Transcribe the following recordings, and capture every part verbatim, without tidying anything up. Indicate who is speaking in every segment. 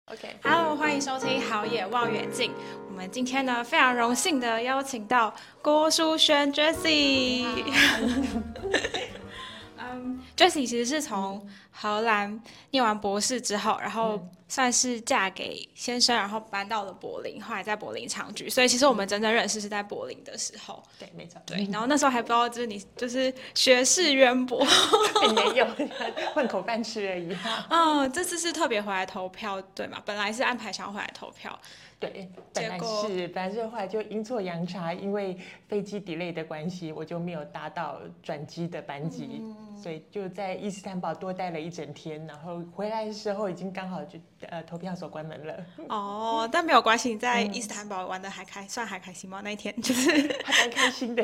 Speaker 1: OK，Hello， 欢迎收听好野望远镜。我们今天呢，非常荣幸的邀请到郭淑萱 Jessie。嗯，Jessie 其实是从荷兰念完博士之后，然后算是嫁给先生，然后搬到了柏林，后来在柏林长居。所以其实我们真正认识是在柏林的时候。
Speaker 2: 对，没错。
Speaker 1: 对，然后那时候还不知道，就是你就是学识渊博，
Speaker 2: 并没有混口饭吃而已。
Speaker 1: 嗯，这次是特别回来投票，对吗？本来是安排想要回来投票。
Speaker 2: 对，本来是本来是后来就阴错阳差，因为飞机 delay 的关系，我就没有搭到转机的班机，嗯、所以就在伊斯坦堡多待了一整天，然后回来的时候已经刚好就呃投票所关门了。
Speaker 1: 哦，但没有关系，你在伊斯坦堡玩的还开、嗯、算还开心吗？那一天就是
Speaker 2: 还蛮开心的。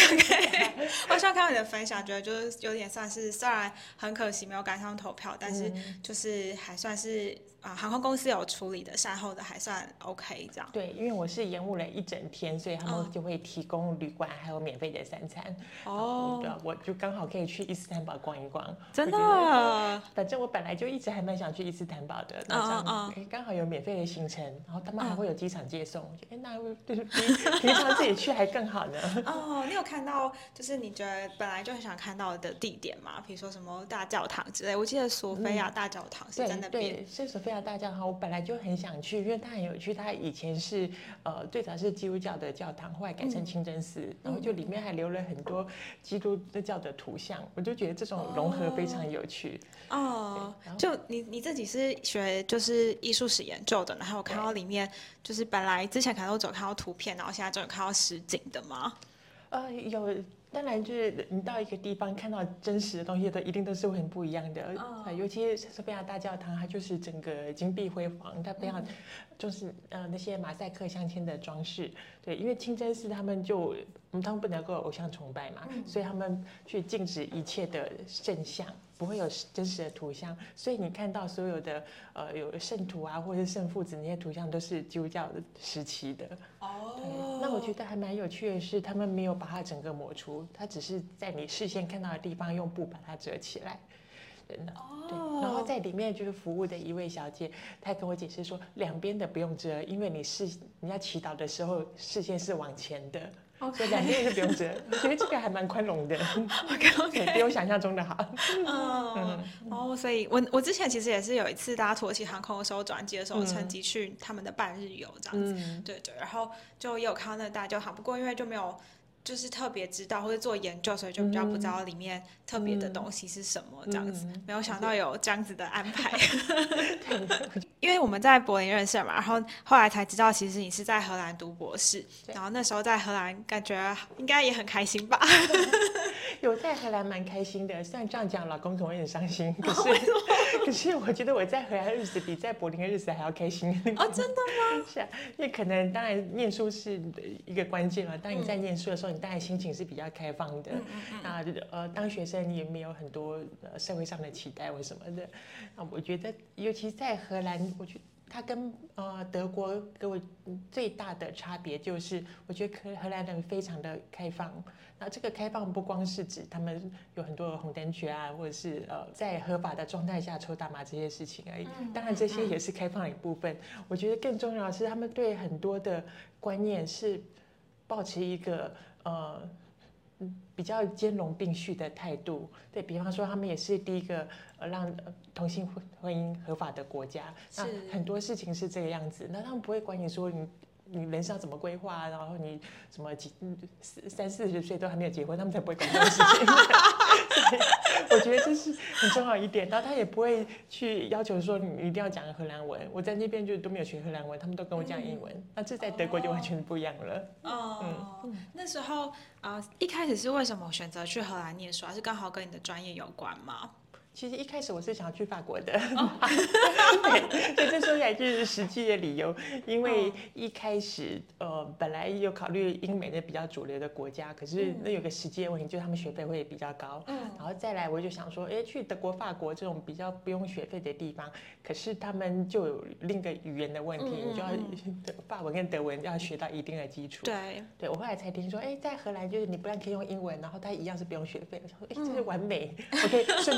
Speaker 1: OK， 我希望看到你的分享，觉得就是有点算是虽然很可惜没有赶上投票，但是就是还算是啊、呃、航空公司有处理的善后的还算 OK。这样
Speaker 2: 对，因为我是延误了一整天，所以他们就会提供旅馆还有免费的三餐。哦，对啊，我就刚好可以去伊斯坦堡逛一逛。
Speaker 1: 真的？
Speaker 2: 反正我本来就一直还蛮想去伊斯坦堡的，那这样刚好有免费的行程，然后他们还会有机场接送，我觉得哎，那就是比平常自己去还更好呢。
Speaker 1: 哦，你有看到就是你觉得本来就很想看到的地点吗？比如说什么大教堂之类？我记得索菲亚大教堂是在那边。
Speaker 2: 对，是索菲亚大教堂，我本来就很想去，因为它很有趣，它以前是呃最早是基督教的教堂，后来改成清真寺，嗯、然后就里面还留了很多基督教的图像，我就觉得这种融合非常有趣。
Speaker 1: 哦，就你你自己是学就是艺术史研究的，然后我看到里面就是本来之前可能都只有看到图片，然后现在终于看到实景的吗？
Speaker 2: 呃，有。当然，就是你到一个地方看到真实的东西，都一定都是会很不一样的。Oh. 尤其是索菲亚大教堂，它就是整个金碧辉煌，它非常就是呃那些马赛克镶嵌的装饰。对，因为清真寺他们就他们不能够偶像崇拜嘛，嗯、所以他们去禁止一切的圣像，不会有真实的图像。所以你看到所有的呃有圣徒啊，或者是圣父子那些图像，都是基督教的时期的。哦。Oh. 那我觉得还蛮有趣的是，他们没有把它整个抹除。它只是在你视线看到的地方用布把它遮起来，对，然后在里面就是服务的一位小姐，她跟我解释说，两边的不用遮，因为你视你要祈祷的时候视线是往前的， okay. 所以两邊是不用遮。我覺得這個還蠻寬容的。
Speaker 1: OK OK，
Speaker 2: 比我想象中的好。
Speaker 1: 嗯，哦，所以我我之前其實也是有一次搭土耳其航空的時候轉機的時候，趁機去他們的半日遊這樣子，嗯、對對，然後就也有看到那個大教堂，不過因為就沒有。就是特別知道或者做研究，所以就比較不知道裡面特別的東西是什麼，這樣子，嗯、沒有想到有這樣子的安排。因為我們在柏林認識嘛，然後後來才知道，其實你是在荷蘭讀博士，然後那時候在荷蘭，感覺應該也很開心吧？
Speaker 2: 有在荷蘭蠻開心的，雖然這樣講，老公可能會很傷心，可是可是我覺得我在荷蘭日子比在柏林的日子還要開心。
Speaker 1: 哦，真的嗎？
Speaker 2: 是啊，因為可能當然念書是一個關鍵嘛，當你在念書的時候，你當然心情是比較開放的。嗯嗯那呃，當學生你也沒有很多呃社會上的期待或什麼的。啊，我覺得尤其在荷蘭，我覺得它跟呃德國給我最大的差別就是，我覺得荷蘭人非常的開放。那這個開放不光是指他們有很多的紅燈區啊，或者是呃在合法的狀態下抽大麻這些事情而已。當然這些也是開放的一部分。我覺得更重要的是，他們對很多的觀念是抱持一個呃比較兼容並蓄的態度。對，比方說，他們也是第一個呃讓同性婚姻合法的國家。那很多事情是這個樣子，那他們不會管你說你。你人生要怎麼規劃，然後你什麼幾三四十歲都還沒有結婚，他們才不會管這種事情。我覺得這是很重要一點。然後他也不會去要求說你一定要講荷蘭文。我在那邊就都沒有學荷蘭文，他們都跟我講英文。嗯、那這在德國就完全不一樣了。
Speaker 1: 哦，嗯、那時候啊、呃，一開始是為什麼選擇去荷蘭念書？還是剛好跟你的專業有關嗎？
Speaker 2: 其實一開始我是想要去法國的，哦、對，所以這說起來就是實際的理由。因為一開始呃本來有考慮英美的比較主流的國家，可是那有個實際的問題，就是他們學費會比較高。嗯，然後再來我就想說，哎，去德國、法國這種比較不用學費的地方，可是他們就有另一個語言的問題，嗯、你就要法文跟德文要學到一定的基礎。對，對我後來才聽說，哎，在荷蘭就是你不但可以用英文，然後它一樣是不用學費。我想說，哎，這是完美，嗯、我可以順便幫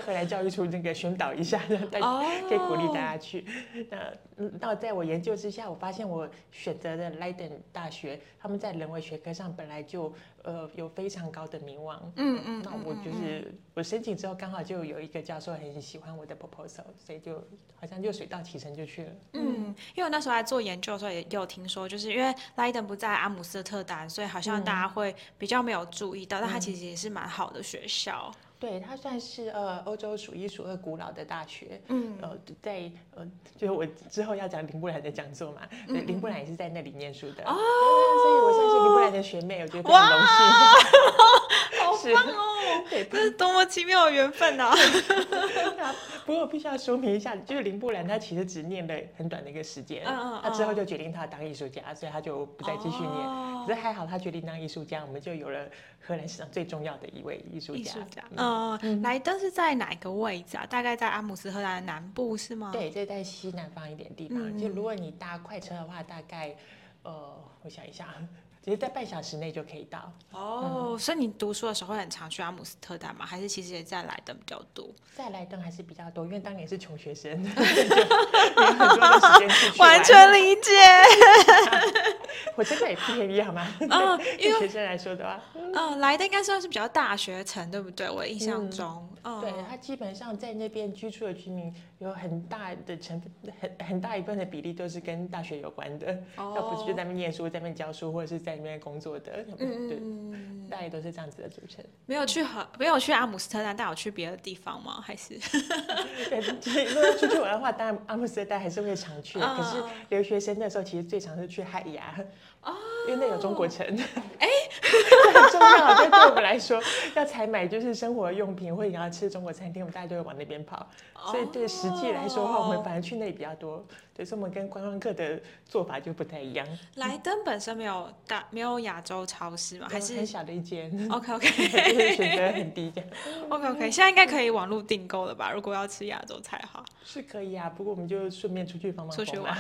Speaker 2: 荷兰教育处那个宣导一下，大家可以鼓励大家去。那那在我研究之下，我发现我选择的莱登大学，他们在人文学科上本来就呃有非常高的名望。嗯嗯。那我就是我申请之后，刚好就有一个教授很喜欢我的 proposal， 所以就好像就水到渠成就去了。
Speaker 1: 嗯，因为我那时候在做研究的时候也有听说，就是因为莱登不在阿姆斯特丹，所以好像大家会比较没有注意到，嗯、但它其实也是蛮好的学校。
Speaker 2: 对，它算是呃欧洲数一数二古老的大学。嗯，呃，在呃，就是我之后要讲林布兰的讲座嘛，对，林布兰也是在那里念书的。哦，所以我算是林布兰的学妹，我觉得非常荣幸。
Speaker 1: 好棒哦！对，这是多么奇妙的缘分啊！
Speaker 2: 不过我必须要说明一下，就是林布兰他其实只念了很短的一个时间，嗯嗯他之后就决定他当艺术家，所以他就不再继续念。哦、可是还好他决定当艺术家，我们就有了荷兰史上最重要的一位艺术家。艺术家，
Speaker 1: 嗯，嗯莱登是在哪个位置啊？大概在阿姆斯特丹的南部是吗？
Speaker 2: 对，这在西南方一点地方。嗯、就如果你搭快车的话，大概呃，我想一下。其实在半小时内就可以到
Speaker 1: 哦、嗯，所以你读书的时候会很常去阿姆斯特丹吗？还是其实也在莱登比较多？
Speaker 2: 在莱登还是比较多，因为当年是穷学生，就有很多的时间去去
Speaker 1: 完全理解。
Speaker 2: 我真的也不便宜好吗？嗯，对学生来说的话，
Speaker 1: 嗯，莱登应该算是比较大学城，对不对？我印象中，
Speaker 2: 嗯，对，他基本上在那边居住的居民有很大的成分，很很大一部分的比例都是跟大学有关的，哦、要不是就在那边念书，在那边教书，或者是在那边工作的，嗯对，大概都是这样子的组成。
Speaker 1: 没有去和没有去阿姆斯特丹，但有去别的地方吗？还是？
Speaker 2: 对，其实如果出去玩的话，当然阿姆斯特丹还是会常去，可是留学生那时候其实最常是去海牙。哦，因为那有中国城，哎，这很重要。对，对我们来说，要采买就是生活用品，或者你要吃中国餐厅，我们大家都会往那边跑。所以对实际来说的话，我们反而去那里比较多。对，所以我们跟观光客的做法就不太一样。
Speaker 1: 莱登本身没有大没有亚洲超市吗？还是
Speaker 2: 很小的一间
Speaker 1: ？OK OK，
Speaker 2: 就是选择很低的。
Speaker 1: OK OK， 现在应该可以网络订购了吧？如果要吃亚洲菜的话，
Speaker 2: 是可以啊。不过我们就顺便出去帮忙。
Speaker 1: 出去玩。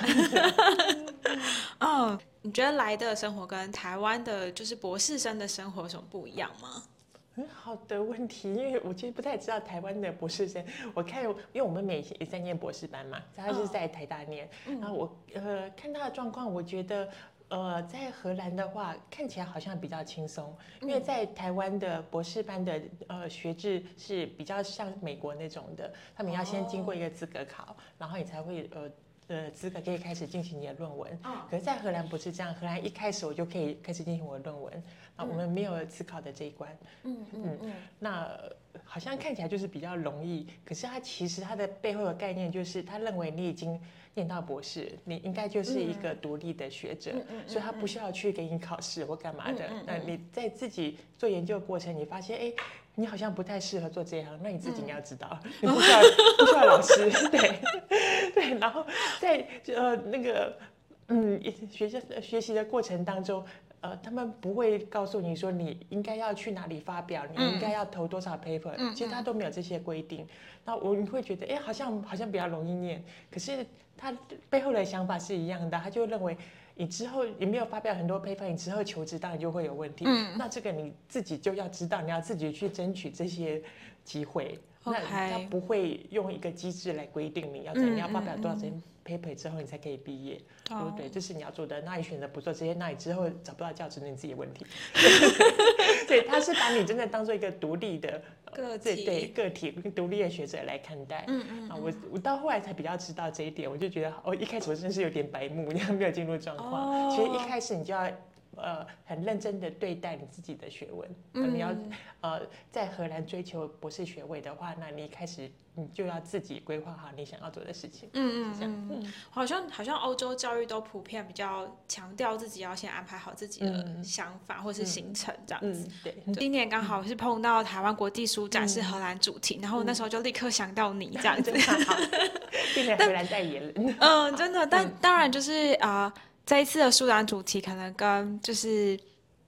Speaker 1: 嗯。你觉得莱登的生活跟台湾的，就是博士生的生活有什么不一样吗？
Speaker 2: 很好的问题，因为我其实不太知道台湾的博士生。我看，因为我们每也在念博士班嘛，他是在台大念，嗯、然后我呃看他的状况，我觉得呃在荷兰的话看起来好像比较轻松，因为在台湾的博士班的呃学制是比较像美国那种的，他们要先经过一个资格考，然后你才会呃。呃，资格可以开始进行你的论文，哦、可是，在荷兰不是这样。荷兰一开始我就可以开始进行我的论文，啊、嗯，我们没有自考的这一关，嗯嗯嗯，那好像看起来就是比较容易，可是它其实它的背后的概念就是，他认为你已经念到博士，你应该就是一个独立的学者，嗯、所以他不需要去给你考试或干嘛的。嗯、那你在自己做研究的过程，你发现，哎。你好像不太适合做这一行，那你自己你要知道，嗯、你不需要不需要老师，对对，然后在呃那个嗯学习学习的过程当中，呃他们不会告诉你说你应该要去哪里发表，你应该要投多少 paper，、嗯、其实他都没有这些规定。那我你会觉得，哎，好像好像比较容易念，可是他背后的想法是一样的，他就认为。你之后你没有发表很多 paper， 你之后求职当然就会有问题。嗯，那这个你自己就要知道，你要自己去争取这些机会。Okay. 那他不会用一个机制来规定你要怎样，嗯、你要发表多少篇 paper 之后你才可以毕业，对不对？这是你要做的。那你选择不做这些，那你之后找不到教职，那你自己的问题。对，他是把你真的当做一个独立的
Speaker 1: 个体，
Speaker 2: 对个体独立的学者来看待。嗯嗯。啊，我我到后来才比较知道这一点，我就觉得哦，一开始我真的是有点白目，没有进入状况。哦、其实一开始你就要。呃，很认真的对待你自己的学问。嗯、你要呃在荷兰追求博士学位的话，那你一开始你就要自己规划好你想要做的事情。嗯嗯嗯嗯，
Speaker 1: 好像好像欧洲教育都普遍比较强调自己要先安排好自己的想法或是行程这样子。嗯嗯、对，今年刚好是碰到台湾国际书展是荷兰主题，嗯、然后那时候就立刻想到你这样子。
Speaker 2: 好，变成荷兰代言人。
Speaker 1: 嗯，真的，但当然就是啊。呃这一次的书展主题可能跟就是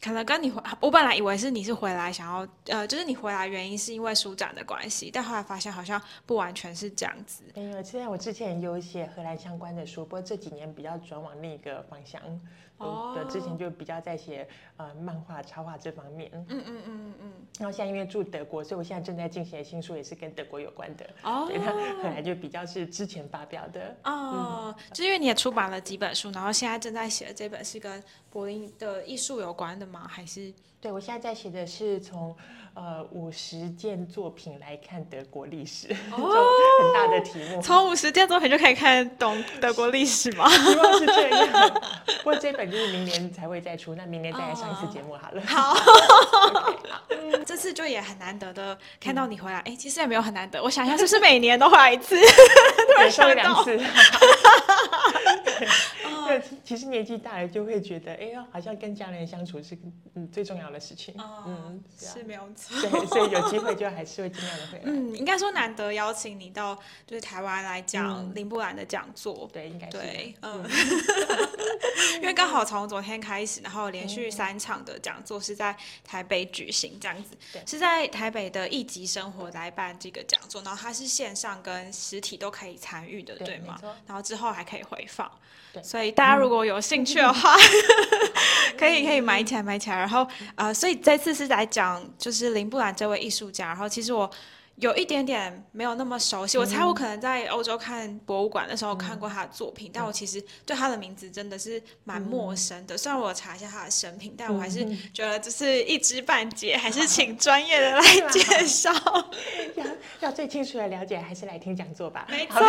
Speaker 1: 可能跟你回，我本来以为是你是回来想要，呃，就是你回来原因是因为书展的关系，但后来发现好像不完全是这样子。
Speaker 2: 没有，虽然我之前有写荷兰相关的书，不过这几年比较转往另一个方向。哦，对，之前就比较在写呃漫画、插画这方面。嗯嗯嗯嗯嗯。然后现在因为住德国，所以我现在正在进行的新书也是跟德国有关的。哦。对，那荷兰就比较是之前发表的。
Speaker 1: 哦，嗯、就因为你也出版了几本书，然后现在正在写的这本是跟柏林的艺术有关的吗？还是？
Speaker 2: 对，我现在在写的是从呃五十件作品来看德国历史，哦、就很大的题目。
Speaker 1: 从五十件作品就可以看懂德国历史吗？
Speaker 2: 希望是这样。不过这本就是明年才会再出，那明年再来上一次节目好了。
Speaker 1: 好。okay, 这次就也很难得的看到你回来，哎、嗯，其实也没有很难得，我想一下，是不是每年都回来一次？突然想到
Speaker 2: 两次。对，其实年纪大了就会觉得，哎呀，好像跟家人相处是嗯最重要的事情。
Speaker 1: 哦、嗯，是没有错。
Speaker 2: 对，所以有机会就还是会尽量的回来。
Speaker 1: 嗯，应该说难得邀请你到就是台湾来讲林布兰的讲座。
Speaker 2: 对，应该是。
Speaker 1: 对，嗯。因为刚好从昨天开始，然后连续三场的讲座是在台北举行，这样子，是在台北的一级生活来办这个讲座，然后它是线上跟实体都可以参与的， 对, 对吗？然后之后还可以回放。所以大家如果有兴趣的话，嗯、可以可以买起来买起来。然后呃，所以这次是来讲就是林布兰这位艺术家。然后其实我有一点点没有那么熟悉，嗯、我猜我可能在欧洲看博物馆的时候看过他的作品，嗯、但我其实对他的名字真的是蛮陌生的。嗯、虽然我有查一下他的生平，但我还是觉得就是一知半解，嗯、还是请专业的来介绍。
Speaker 2: 要要最清楚的了解，还是来听讲座吧。
Speaker 1: 没错。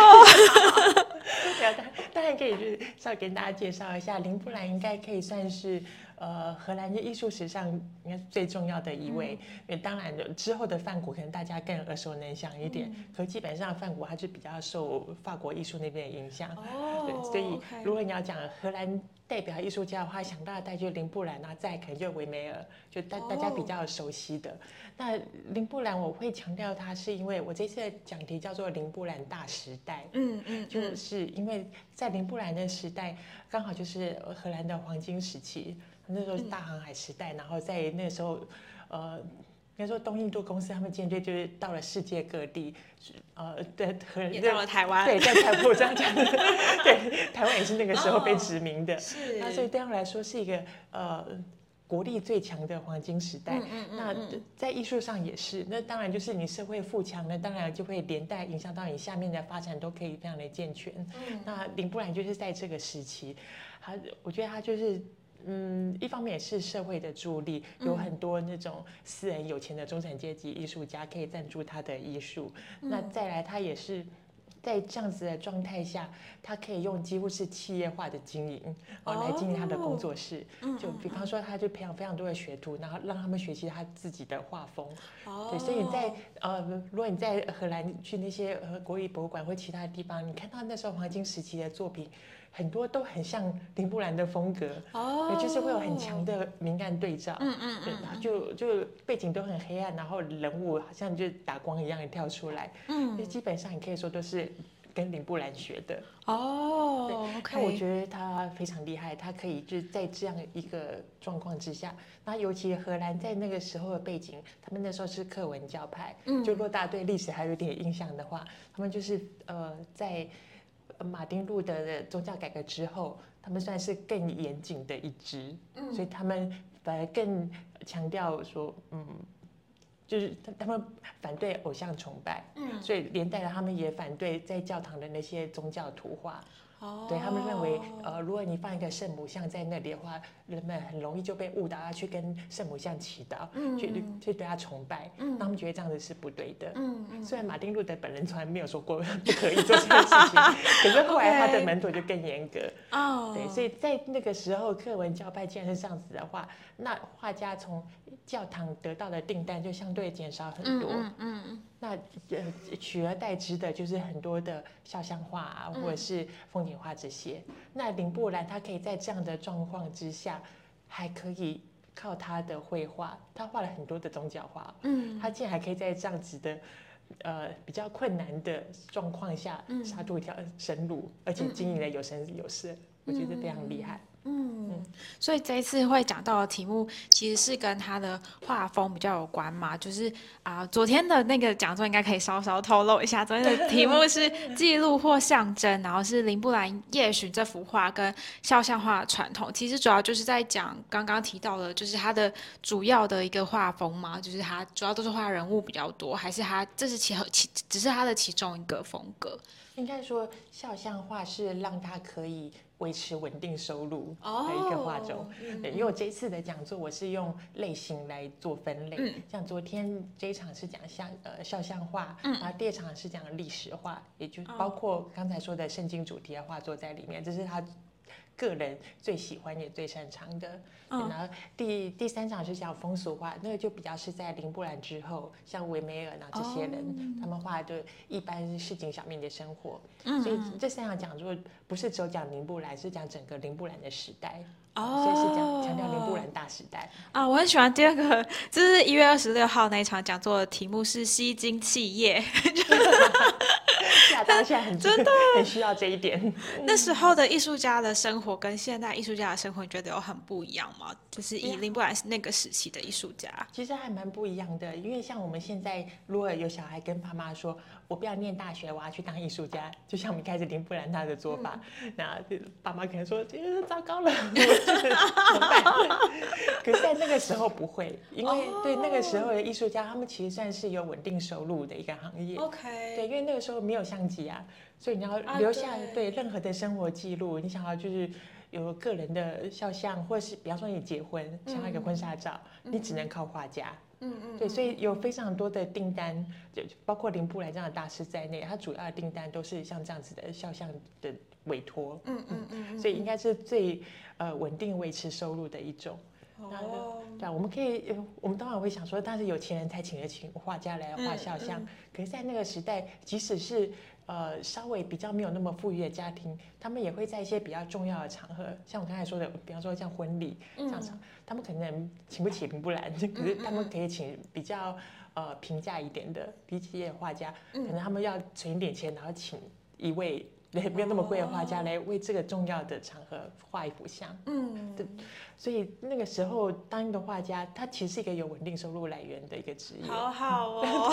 Speaker 2: 当然可以就是稍微跟大家介绍一下，林布兰应该可以算是呃荷兰的艺术史上应该最重要的一位。嗯、因为当然之后的梵谷可能大家更耳熟能详一点，嗯、可基本上梵谷他就比较受法国艺术那边的影响。哦，对，所以如果你要讲荷兰代表艺术家的话，想到的大概就林布兰啊，再可能就维梅尔，就大大家比较熟悉的。那林布兰我会强调他，是因为我这次的讲题叫做林布兰大时代。嗯嗯，就是因为在林布兰的时代，刚好就是荷兰的黄金时期，那时候是大航海时代，嗯、然后在那时候，呃。应该说，东印度公司他们舰队就是到了世界各地，呃，对，
Speaker 1: 也到了台湾，
Speaker 2: 对，在台湾这样讲，对，台湾也是那个时候被殖民的，哦、是，那所以对他们来说是一个呃国力最强的黄金时代。嗯嗯嗯、那在艺术上也是，那当然就是你社会富强，那当然就会连带影响到你下面的发展都可以非常的健全。嗯、那林布兰就是在这个时期，他我觉得他就是。嗯，一方面也是社会的助力，有很多那种私人有钱的中产阶级艺术家可以赞助他的艺术。嗯、那再来，他也是在这样子的状态下，他可以用几乎是企业化的经营哦来经营他的工作室。哦、就比方说，他就培养非常多的学徒，然后让他们学习他自己的画风。哦、对，所以你在呃，如果你在荷兰去那些呃国立博物馆或其他的地方，你看到那时候黄金时期的作品。很多都很像林布兰的风格，哦，就是会有很强的明暗对照，嗯嗯嗯，然后就就背景都很黑暗，然后人物好像就打光一样跳出来，嗯，就基本上你可以说都是跟林布兰学的，哦，那我觉得他非常厉害，他可以就是在这样一个状况之下，那尤其荷兰在那个时候的背景，他们那时候是克文教派，嗯，就如果大家对历史还有点印象的话，他们就是呃在。马丁路德的宗教改革之后，他们算是更严谨的一支，嗯、所以他们反而更强调说，嗯，就是他们反对偶像崇拜，嗯、所以连带的他们也反对在教堂的那些宗教图画。哦、对他们认为，呃，如果你放一个圣母像在那里的话，人们很容易就被误导要去跟圣母像祈祷，嗯、去去对他崇拜，嗯、他们觉得这样子是不对的。嗯嗯、虽然马丁路德本人从来没有说过不可以做这件事情，可是后来他的门徒就更严格。哦，对，所以在那个时候，克文教派既然是这样子的话，那画家从教堂得到的订单就相对减少很多。嗯嗯嗯、那呃取而代之的就是很多的肖像画啊，或者是风景画这些。那林布兰他可以在这样的状况之下，还可以靠他的绘画，他画了很多的宗教画，嗯，他竟然还可以在这样子的呃比较困难的状况下杀出一条生路，而且经营的有声有色。 我觉得非常厉害。
Speaker 1: 嗯，嗯所以这一次会讲到的题目其实是跟他的画风比较有关嘛，就是啊、呃，昨天的那个讲座应该可以稍稍透露一下，昨天的题目是记录或象征，然后是林布兰夜巡这幅画跟肖像画的传统，其实主要就是在讲刚刚提到的，就是他的主要的一个画风嘛，就是他主要都是画人物比较多，还是他这是其其只是他的其中一个风格？
Speaker 2: 应该说，肖像画是让他可以维持稳定收入的一个画种。Oh, 嗯、因为我这一次的讲座，我是用类型来做分类。嗯、像昨天这一场是讲像呃肖像画，嗯、然后第二场是讲历史画，也就包括刚才说的圣经主题的画作在里面，这是他个人最喜欢也最擅长的。嗯、然后第第三场是讲风俗画，那个就比较是在林布兰之后，像维梅尔啊这些人，哦、他们画的一般市井小民的生活。嗯、所以这三场讲座不是只有讲林布兰，是讲整个林布兰的时代。哦，所以是讲强调林布兰大时代
Speaker 1: 啊。我很喜欢第二个，就是一月二十六号那一场讲座的题目是吸金企业。
Speaker 2: 大家现在很真的很需要这一点。
Speaker 1: 那时候的艺术家的生活跟现代艺术家的生活，你觉得有很不一样吗？就是以林布兰那个时期的艺术家，
Speaker 2: 其实还蛮不一样的。因为像我们现在，如果有小孩跟爸妈说，我不要念大学，我要去当艺术家，就像我们开始林布兰他的做法，嗯、那爸妈可能说，呃，糟糕了，怎么办？可是在那个时候不会，因为对那个时候的艺术家，他们其实算是有稳定收入的一个行业。
Speaker 1: OK，
Speaker 2: 对，因为那个时候没有相机啊，所以你要留下、啊、对, 对任何的生活记录，你想要就是有个人的肖像，或是比方说你结婚想要一个婚纱照，嗯、你只能靠画家。嗯嗯，对，所以有非常多的订单，就包括林布兰这样的大师在内，他主要的订单都是像这样子的肖像的委托。嗯嗯嗯，所以应该是最呃稳定维持收入的一种。哦，对，我们可以，我们当然会想说，但是有钱人才请得起画家来画肖像。嗯嗯、可是，在那个时代，即使是呃稍微比较没有那么富裕的家庭，他们也会在一些比较重要的场合，像我刚才说的，比方说像婚礼这样场，嗯、他们可能请不起林布兰，可是他们可以请比较呃平价一点的低级的画家，可能他们要存一点钱，然后请一位。没有那么贵的画家来为这个重要的场合画一幅像，嗯，对，所以那个时候当一个画家，他其实是一个有稳定收入来源的一个职业。
Speaker 1: 好好哦。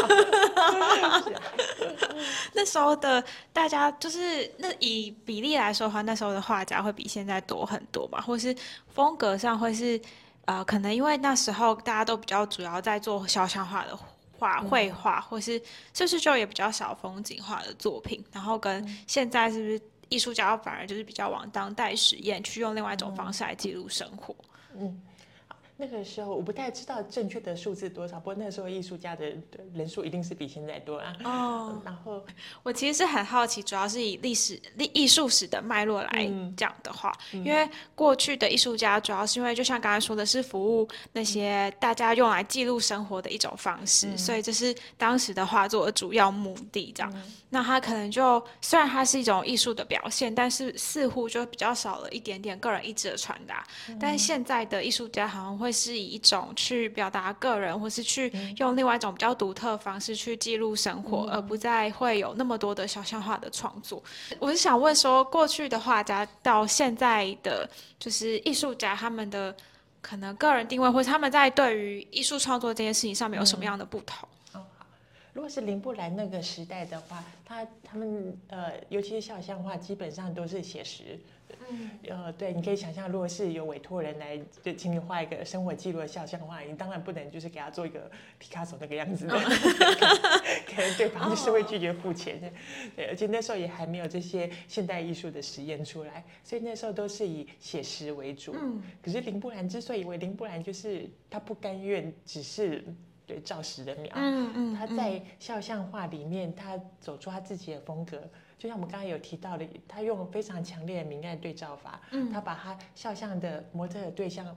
Speaker 1: 那时候的大家就是那以比例来说的话，那时候的画家会比现在多很多吧，或是风格上会是呃，可能因为那时候大家都比较主要在做肖像画的画绘画，或是是不是就也比较少风景画的作品，然后跟现在是不是艺术家反而就是比较往当代实验，去用另外一种方式来记录生活。
Speaker 2: 嗯，那个时候我不太知道正确的数字多少，不过那时候艺术家的人数一定是比现在多啊。哦，然后
Speaker 1: 我其实是很好奇，主要是以历史、历艺术史的脉络来讲的话，嗯、因为过去的艺术家主要是因为就像刚才说的是服务那些大家用来记录生活的一种方式，嗯、所以这是当时的画作的主要目的。这样，嗯、那它可能就虽然它是一种艺术的表现，但是似乎就比较少了一点点个人意志的传达。嗯、但是现在的艺术家好像会是以一种去表达个人，或是去用另外一种比较独特的方式去记录生活，嗯、而不再会有那么多的肖像画的创作。我是想问说，过去的画家到现在的就是艺术家，他们的可能个人定位，或是他们在对于艺术创作这件事情上面有什么样的不同？
Speaker 2: 嗯哦、好，如果是林布兰那个时代的话，他他们呃，尤其是肖像画，基本上都是写实。嗯，呃，对，你可以想象，如果是有委托人来就请你画一个生活记录的肖像画，你当然不能就是给他做一个皮卡索那个样子的，可能对方就是会拒绝付钱的。对，而且那时候也还没有这些现代艺术的实验出来，所以那时候都是以写实为主。嗯，可是林布兰之所以为林布兰，就是他不甘愿只是对照实的描，嗯嗯，他在肖像画里面，他走出他自己的风格。就像我们刚才有提到的，他用非常强烈的明暗对照法，嗯，他把他肖像的模特的对象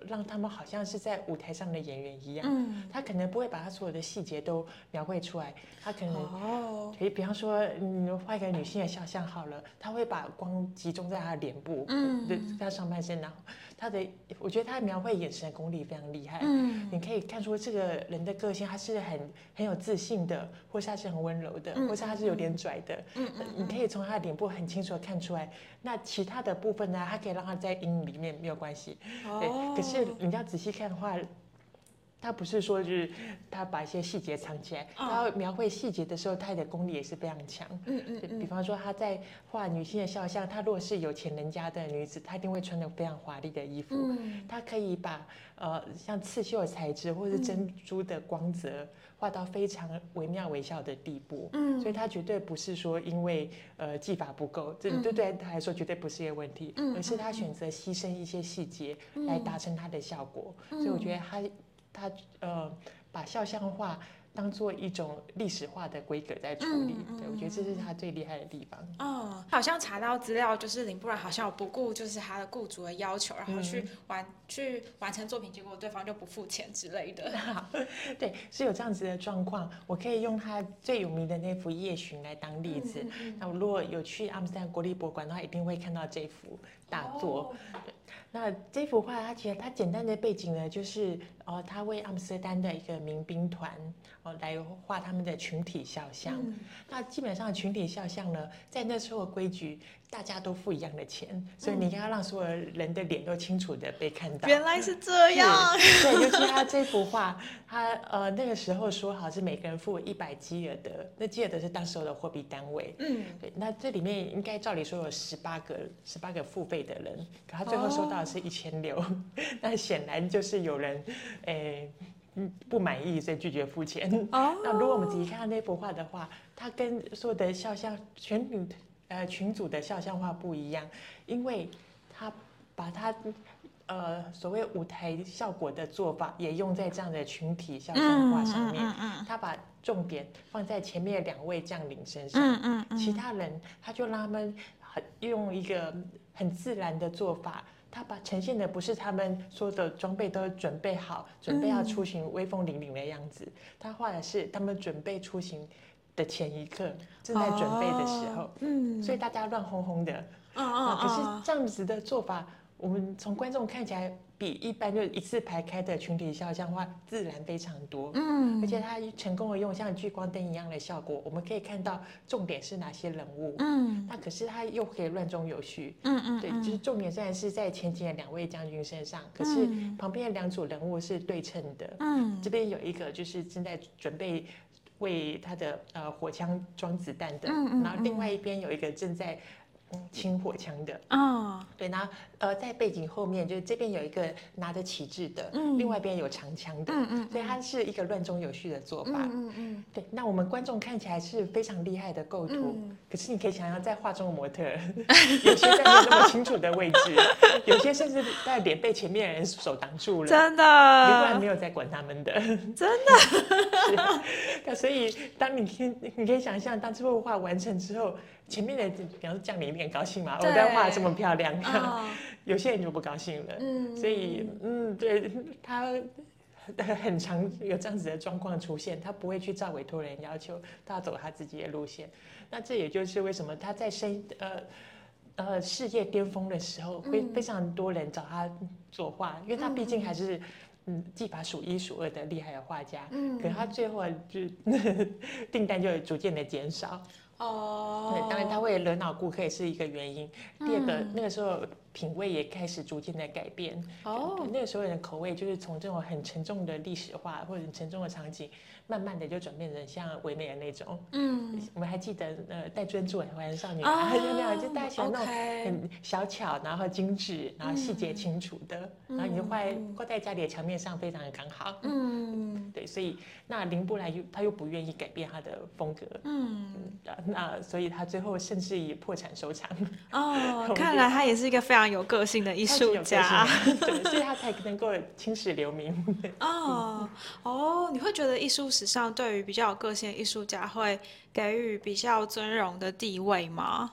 Speaker 2: 让他们好像是在舞台上的演员一样。
Speaker 1: 嗯，
Speaker 2: 他可能不会把他所有的细节都描绘出来，他可能
Speaker 1: 哦，
Speaker 2: 可以比方说，你画一个女性的肖像好了，他会把光集中在她的脸部，
Speaker 1: 嗯，
Speaker 2: 对，在上半身，然后他的，我觉得他描绘眼神的功力非常厉害。
Speaker 1: 嗯，
Speaker 2: 你可以看出这个人的个性，他是很很有自信的，或是他是很温柔的，
Speaker 1: 嗯、
Speaker 2: 或是他是有点拽的。
Speaker 1: 嗯嗯，
Speaker 2: 你可以从他的脸部很清楚的看出来。那其他的部分呢，他可以让他在阴影里面没有关系。
Speaker 1: 哦，
Speaker 2: 对，可是你要仔细看的话。他不是说就是他把一些细节藏起来，哦、他描绘细节的时候，他的功力也是非常强。
Speaker 1: 嗯嗯嗯，
Speaker 2: 比方说他在画女性的肖像，他如果是有钱人家的女子，她一定会穿的非常华丽的衣服。嗯，他可以把呃像刺绣的材质或是珍珠的光泽画到非常惟妙惟肖的地步。嗯，所以他绝对不是说因为呃技法不够，这对对他来说绝对不是一个问题，嗯、而是他选择牺牲一些细节来达成他的效果。嗯、所以我觉得他。他呃把肖像画当做一种历史化的规格在处理，嗯嗯、对我觉得这是他最厉害的地方。
Speaker 1: 哦，好像查到资料，就是林布兰好像有不顾就是他的雇主的要求，然后去完、嗯、去完成作品，结果对方就不付钱之类的。
Speaker 2: 对，是有这样子的状况。我可以用他最有名的那幅《夜巡》来当例子。嗯嗯、那如果有去阿姆斯特丹国立博物馆的话，一定会看到这幅大作。哦，那这幅画，它其实它简单的背景呢，就是呃，他为阿姆斯特丹的一个民兵团哦、呃、来画他们的群体肖像。嗯、那基本上群体肖像呢，在那时候的规矩，大家都付一样的钱，所以你要让所有人的脸都清楚的被看到。
Speaker 1: 原来是这样。
Speaker 2: 对，尤其他这幅画，他呃那个时候说好是每个人付一百基尔德，那基尔德是当时候的货币单位。嗯，对，那这里面应该照理说有十八个十八个付费的人，可他最后收到的是一千六，那显然就是有人，诶。不满意，所以拒绝付钱。Oh. 那如果我们仔细看看那幅画的话，它跟所有的肖像全女呃群组的肖像画不一样，因为它把它呃所谓舞台效果的做法也用在这样的群体肖像画上面。嗯嗯嗯、他把重点放在前面两位将领身上，嗯嗯嗯、其他人他就让他们用一个很自然的做法。他把呈现的不是他们所有的装备都准备好，准备要出行威风凛凛的样子。他画的是他们准备出行的前一刻，正在准备的时候，嗯，所以大家乱哄哄的。嗯嗯。可是这样子的做法，我们从观众看起来比一般就一次排开的群体肖像画自然非常多。嗯。而且他成功的用像聚光灯一样的效果，我们可以看到重点是哪些人物。嗯。那可是他又可以乱中有序。嗯嗯。对，就是重点虽然是在前景的两位将军身上，可是旁边的两组人物是对称的。嗯。这边有一个就是正在准备为他的呃火枪装子弹的，嗯嗯嗯，然后另外一边有一个正在清火枪的。哦，对，然后呃，在背景后面就是这边有一个拿着旗帜的，嗯，另外一边有长枪的，嗯嗯，所以它是一个乱中有序的做法。嗯嗯嗯，对，那我们观众看起来是非常厉害的构图，嗯、可是你可以想象在画中的模特有些在没有那么清楚的位置，有些甚至在脸被前面的人手挡住了，
Speaker 1: 真的，
Speaker 2: 你不然没有在管他们的，
Speaker 1: 真的。
Speaker 2: 是，所以当你你可以想象，当这幅画完成之后。前面的，比方说将领有点高兴嘛，我在画这么漂亮，哦、有些人就不高兴了。嗯，所以嗯，对他很常有这样子的状况出现，他不会去照委托人要求，他要走他自己的路线。那这也就是为什么他在生呃呃事业巅峰的时候，会非常多人找他作画，因为他毕竟还是。嗯，技法数一数二的厉害的画家，嗯，可是他最后就订单就逐渐的减少。哦，对，当然他会惹恼顾客也是一个原因。嗯、第二个，那个时候品味也开始逐渐的改变。哦，那个时候人的口味就是从这种很沉重的历史化或者很沉重的场景，慢慢的就转变成像唯美的那种。嗯，我们还记得呃戴珍珠很欢少女啊，就那样，就大家喜欢那种很小巧，然后精致，然后细节清楚的，嗯、然后你就画挂在家里的墙面上非常的刚好。嗯，对，所以那林布兰又他又不愿意改变他的风格。嗯。那所以他最后甚至以破产收场。
Speaker 1: 哦，看来他也是一个非常有个性的艺术家，
Speaker 2: 对，所以他才能够青史留名。
Speaker 1: 哦哦，你会觉得艺术史上对于比较有个性的艺术家会给予比较尊荣的地位吗？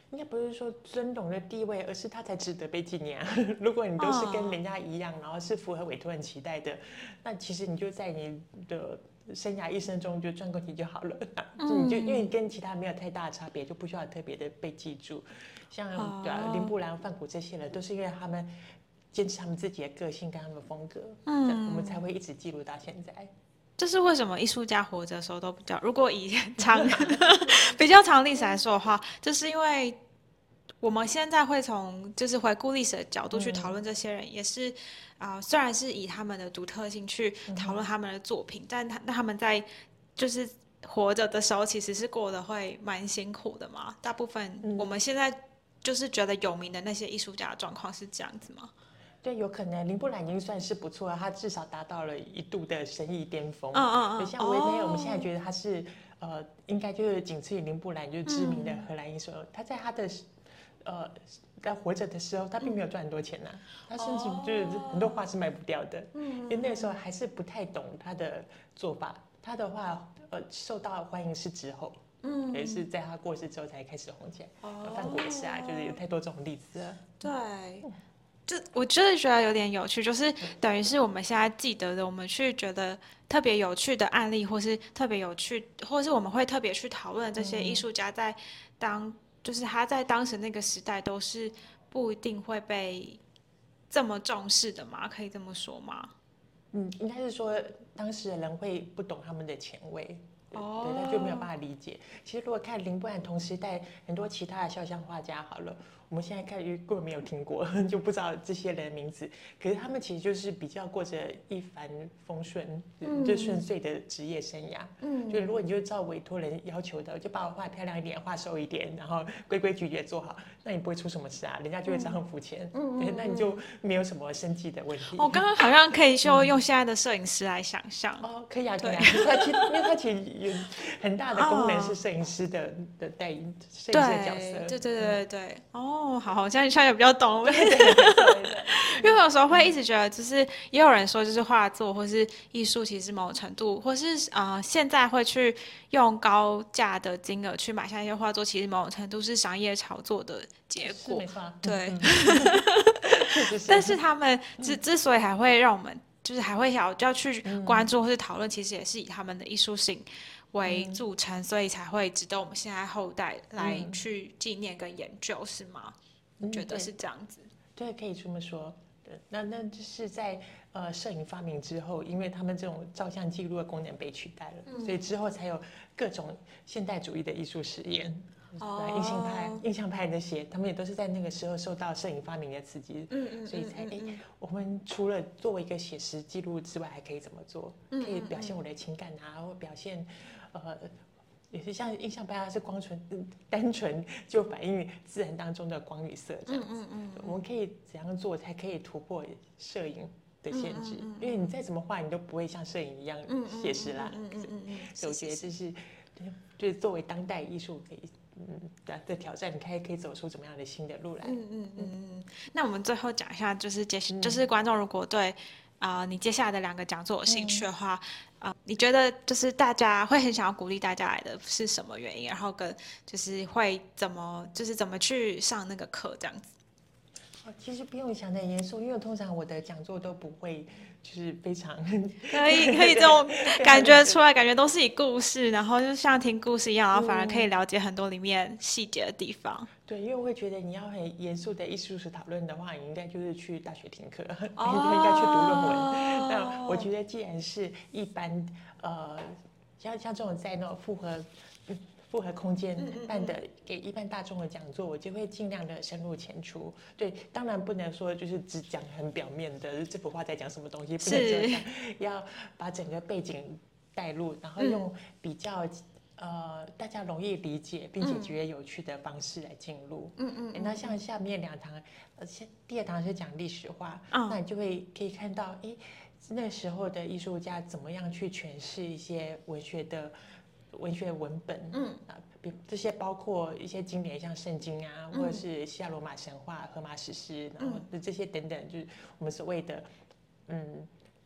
Speaker 2: 应该不是说尊荣的地位，而是他才值得被纪念啊。如果你都是跟人家一样，然后是符合委托人期待的，那其实你就在你的生涯一生中就赚够钱就好了。嗯、你就因为你跟其他没有太大的差别，就不需要特别的被记住。像、哦、对啊，林布兰、梵谷这些人，都是因为他们坚持他们自己的个性跟他们的风格，嗯，我们才会一直记录到现在。
Speaker 1: 这是为什么艺术家活着的时候都比较，如果以长比较长历史来说的话，就是因为我们现在会从就是回顾历史的角度去讨论这些人，嗯、也是啊、呃，虽然是以他们的独特性去讨论他们的作品，嗯、但他他们在就是活着的时候，其实是过得会蛮辛苦的嘛。大部分我们现在就是觉得有名的那些艺术家的状况是这样子吗？
Speaker 2: 对，有可能林布兰已经算是不错了，他至少达到了一度的生意巅峰。
Speaker 1: 嗯嗯嗯。
Speaker 2: 像维梅尔，我们现在觉得他是呃，应该就是仅次于林布兰，就是知名的荷兰艺术。嗯、他在他的呃在活着的时候，他并没有赚很多钱呐、啊，他甚至就是很多画是卖不掉的。嗯。因为那个时候还是不太懂他的做法，他的话呃受到欢迎是之后。嗯，也是在他过世之后才开始红起来。哦。梵谷也是啊，就是有太多这种例子了。
Speaker 1: 对。嗯，就我就是觉得有点有趣，就是等于是我们现在记得的，我们去觉得特别有趣的案例，或是特别有趣，或是我们会特别去讨论这些艺术家在当，就是他在当时那个时代都是不一定会被这么重视的嘛，可以这么说吗？
Speaker 2: 嗯，应该是说当时的人会不懂他们的前卫。哦，对，他就没有办法理解。其实如果看林布兰同时代很多其他的肖像画家好了，我们现在看根本没有听过，就不知道这些人的名字。可是他们其实就是比较过着一帆风顺、嗯、就顺遂的职业生涯。嗯，就如果你就照委托人要求的，就把我画漂亮一点，画瘦一点，然后规规矩矩的做好，那你不会出什么事啊，人家就会照样付钱。嗯，对，那你就没有什么生计的问题。
Speaker 1: 我、哦、刚刚好像可以就用现在的摄影师来想象。
Speaker 2: 哦，可以啊，可以啊。他其实因为他其实有很大的功能是摄影师的、哦、的代言，摄影师的角色。
Speaker 1: 对对对对对。嗯、哦，好，好像现在也比较懂。
Speaker 2: 对对对对对。
Speaker 1: 因为有时候会一直觉得，就是也有人说，就是画作或是艺术，其实某种程度，或是呃，现在会去用高价的金额去买下一些画作，其实某种程度是商业炒作的结果。
Speaker 2: 没错。
Speaker 1: 对。
Speaker 2: 嗯、
Speaker 1: 但是他们之之所以还会让我们，就是还会想要去关注或是讨论，其实也是以他们的艺术性为著称，嗯、所以才会值得我们现在后代来去纪念跟研究，是吗？你觉得是这样子？
Speaker 2: 对，可以这么说。那那就是在呃摄影发明之后，因为他们这种照相记录的功能被取代了，嗯、所以之后才有各种现代主义的艺术实验。哦，印象派、印象派那些，他们也都是在那个时候受到摄影发明的刺激，嗯嗯，所以才哎，我们除了作为一个写实记录之外，还可以怎么做？可以表现我的情感啊，或表现呃。也是像印象派，它是光纯、单纯就反映自然当中的光与色这样子。嗯嗯嗯、我们可以怎样做才可以突破摄影的限制？嗯嗯嗯、因为你再怎么画，你都不会像摄影一样写实啦。嗯嗯嗯嗯、所以我觉得这是，就是作为当代艺术可以嗯的挑战，你看可以走出怎么样的新的路来？嗯嗯嗯
Speaker 1: 嗯。那我们最后讲一下，就是接就是观众如果对啊、呃、你接下来的两个讲座有兴趣的话。嗯啊、呃，你觉得就是大家会很想要鼓励大家来的是什么原因？然后跟就是会怎么就是怎么去上那个课这样子？
Speaker 2: 哦，其实不用想得很严肃，因为通常我的讲座都不会就是非常
Speaker 1: 可以可以这种感觉出来，感觉都是以故事，然后就像听故事一样，然后反而可以了解很多里面细节的地方。
Speaker 2: 对，因为我会觉得你要很严肃的艺术史讨论的话，你应该就是去大学听课，哦、应该去读论文。那我觉得既然是一般呃，像像这种在那种复合复合空间办的给一般大众的讲座，我就会尽量的深入浅出。对，当然不能说就是只讲很表面的这幅画在讲什么东西，不能这样，要把整个背景带入，然后用比较。嗯呃，大家容易理解并且觉得有趣的方式来进入。嗯嗯, 嗯。那像下面两堂，呃，第二堂是讲历史画，哦、那你就会可以看到，哎，那时候的艺术家怎么样去诠释一些文学的文学文本。嗯。啊，比这些包括一些经典像圣经啊，或者是希腊罗马神话、荷马史诗，然后这些等等，就是我们所谓的，嗯。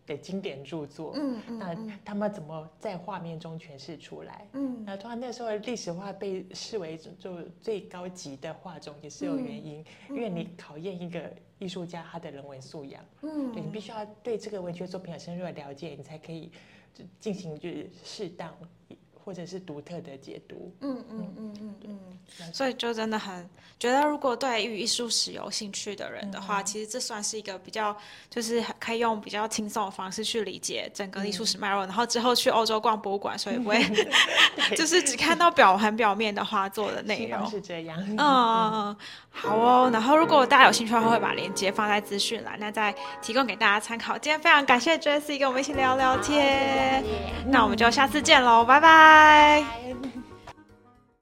Speaker 2: 的经典著作，
Speaker 1: 嗯嗯，
Speaker 2: 那他们怎么在画面中诠释出来？
Speaker 1: 嗯，
Speaker 2: 那通常那时候历史画被视为就最高级的画种，也是有原因，嗯、因为你考验一个艺术家他的人文素养，嗯，对你必须要对这个文学作品有深入的了解，你才可以进行就是适当或者是独特的解读。
Speaker 1: 嗯嗯嗯嗯嗯，所以就真的很觉得，如果对于艺术史有兴趣的人的话，嗯、其实这算是一个比较，就是可以用比较轻松的方式去理解整个艺术史脉络，嗯、然后之后去欧洲逛博物馆，所以不会就是只看到表很表面的画作的内容。
Speaker 2: 是这样。
Speaker 1: 嗯嗯嗯，好哦。然后如果大家有兴趣的话，会把链接放在资讯栏，那再提供给大家参考。今天非常感谢 Jessie 跟我们一起聊聊天，那我们就下次见喽，拜拜。